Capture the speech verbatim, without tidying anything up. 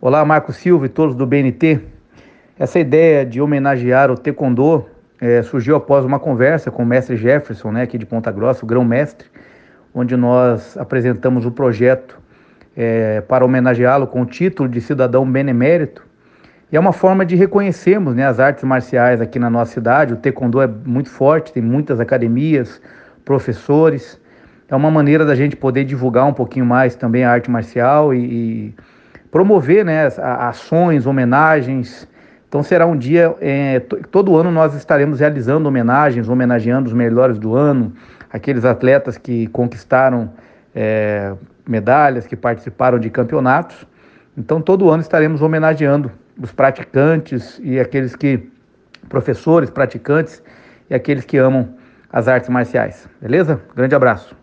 Olá, Marco Silva e todos do B N T. Essa ideia de homenagear o Taekwondo eh, surgiu após uma conversa com o mestre Jefferson, né, aqui de Ponta Grossa, o grão-mestre, onde nós apresentamos o projeto eh, para homenageá-lo com o título de cidadão benemérito. E é uma forma de reconhecermos, né, as artes marciais aqui na nossa cidade. O Taekwondo é muito forte, tem muitas academias, professores. É uma maneira da gente poder divulgar um pouquinho mais também a arte marcial e, e promover, né, ações, homenagens. Então será um dia, é, todo ano nós estaremos realizando homenagens, homenageando os melhores do ano, aqueles atletas que conquistaram é, medalhas, que participaram de campeonatos. Então todo ano estaremos homenageando os praticantes e aqueles que, professores, praticantes e aqueles que amam as artes marciais. Beleza? Grande abraço.